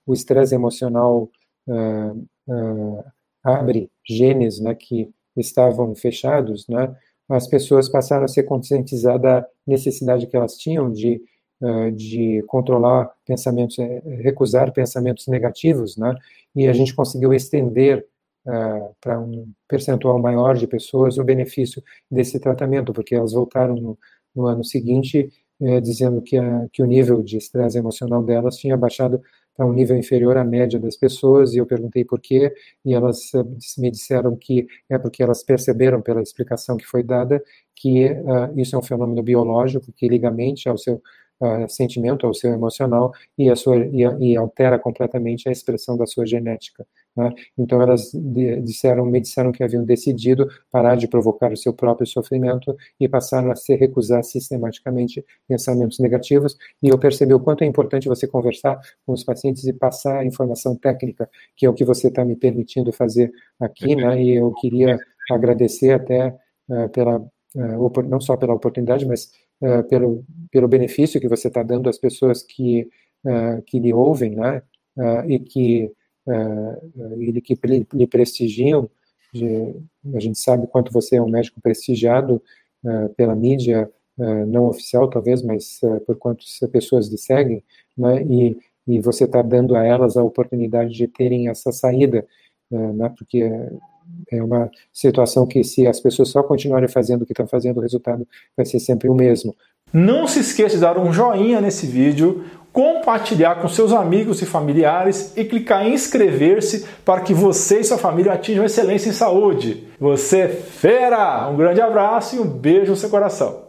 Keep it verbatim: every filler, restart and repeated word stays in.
o estresse emocional uh, uh, abre genes, né, que estavam fechados, né, as pessoas passaram a ser conscientizadas da necessidade que elas tinham de, uh, de controlar pensamentos, recusar pensamentos negativos, né, e a gente conseguiu estender uh, para um percentual maior de pessoas o benefício desse tratamento, porque elas voltaram no, no ano seguinte eh, dizendo que, a, que o nível de estresse emocional delas tinha baixado para um nível inferior à média das pessoas, e eu perguntei por quê, e elas uh, me disseram que é porque elas perceberam, pela explicação que foi dada, que uh, isso é um fenômeno biológico que liga a mente ao seu uh, sentimento, ao seu emocional, e, a sua, e, e altera completamente a expressão da sua genética. Né? Então elas de, disseram, me disseram que haviam decidido parar de provocar o seu próprio sofrimento e passaram a se recusar sistematicamente pensamentos negativos, e eu percebi o quanto é importante você conversar com os pacientes e passar a informação técnica, que é o que você está me permitindo fazer aqui, né? E eu queria agradecer até uh, pela, uh, não só pela oportunidade, mas uh, pelo, pelo benefício que você está dando às pessoas que, uh, que lhe ouvem, né? Uh, e que, uh, e que lhe prestigiam. De, a gente sabe quanto você é um médico prestigiado uh, pela mídia, Uh, não oficial talvez, mas uh, por quantas pessoas lhe seguem, né, e, e você está dando a elas a oportunidade de terem essa saída, uh, né, porque é uma situação que, se as pessoas só continuarem fazendo o que estão fazendo, o resultado vai ser sempre o mesmo. Não se esqueça de dar um joinha nesse vídeo, compartilhar com seus amigos e familiares e clicar em inscrever-se para que você e sua família atinjam excelência em saúde. Você é fera! Um grande abraço e um beijo no seu coração.